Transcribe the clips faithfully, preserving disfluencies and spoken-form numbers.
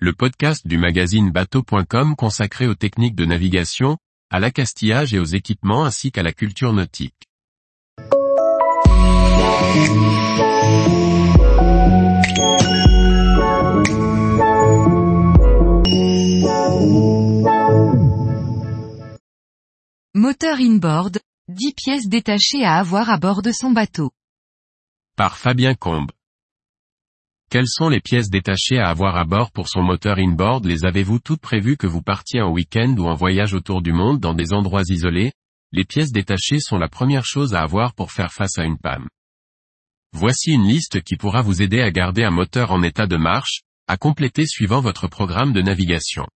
le podcast du magazine bateau point com consacré aux techniques de navigation, à l'accastillage et aux équipements ainsi qu'à la culture nautique. Moteur inboard, dix pièces détachées à avoir à bord de son bateau. Par Fabien Combe. Quelles sont les pièces détachées à avoir à bord pour son moteur inboard? Les avez-vous toutes prévues que vous partiez en week-end ou en voyage autour du monde dans des endroits isolés? Les pièces détachées sont la première chose à avoir pour faire face à une panne. Voici une liste qui pourra vous aider à garder un moteur en état de marche, à compléter suivant votre programme de navigation.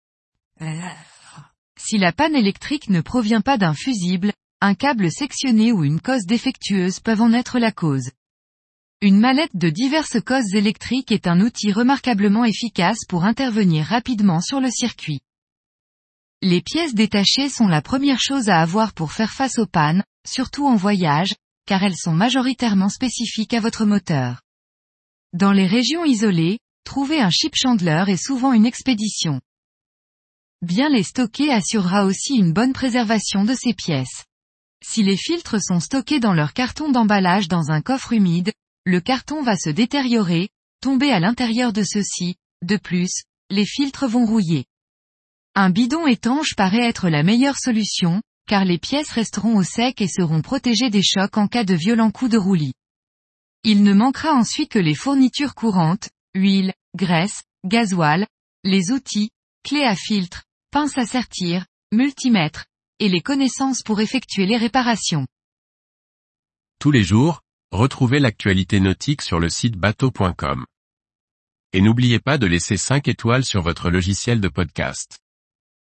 Si la panne électrique ne provient pas d'un fusible, un câble sectionné ou une cosse défectueuse peuvent en être la cause. Une mallette de diverses cosses électriques est un outil remarquablement efficace pour intervenir rapidement sur le circuit. Les pièces détachées sont la première chose à avoir pour faire face aux pannes, surtout en voyage, car elles sont majoritairement spécifiques à votre moteur. Dans les régions isolées, trouver un ship chandler est souvent une expédition. Bien les stocker assurera aussi une bonne préservation de ces pièces. Si les filtres sont stockés dans leur carton d'emballage dans un coffre humide, le carton va se détériorer, tomber à l'intérieur de ceux-ci. De plus, les filtres vont rouiller. Un bidon étanche paraît être la meilleure solution, car les pièces resteront au sec et seront protégées des chocs en cas de violents coups de roulis. Il ne manquera ensuite que les fournitures courantes, huile, graisse, gasoil, les outils, clés à filtre, pince à sertir, multimètre, et les connaissances pour effectuer les réparations. Tous les jours, retrouvez l'actualité nautique sur le site bateau point com. Et n'oubliez pas de laisser cinq étoiles sur votre logiciel de podcast.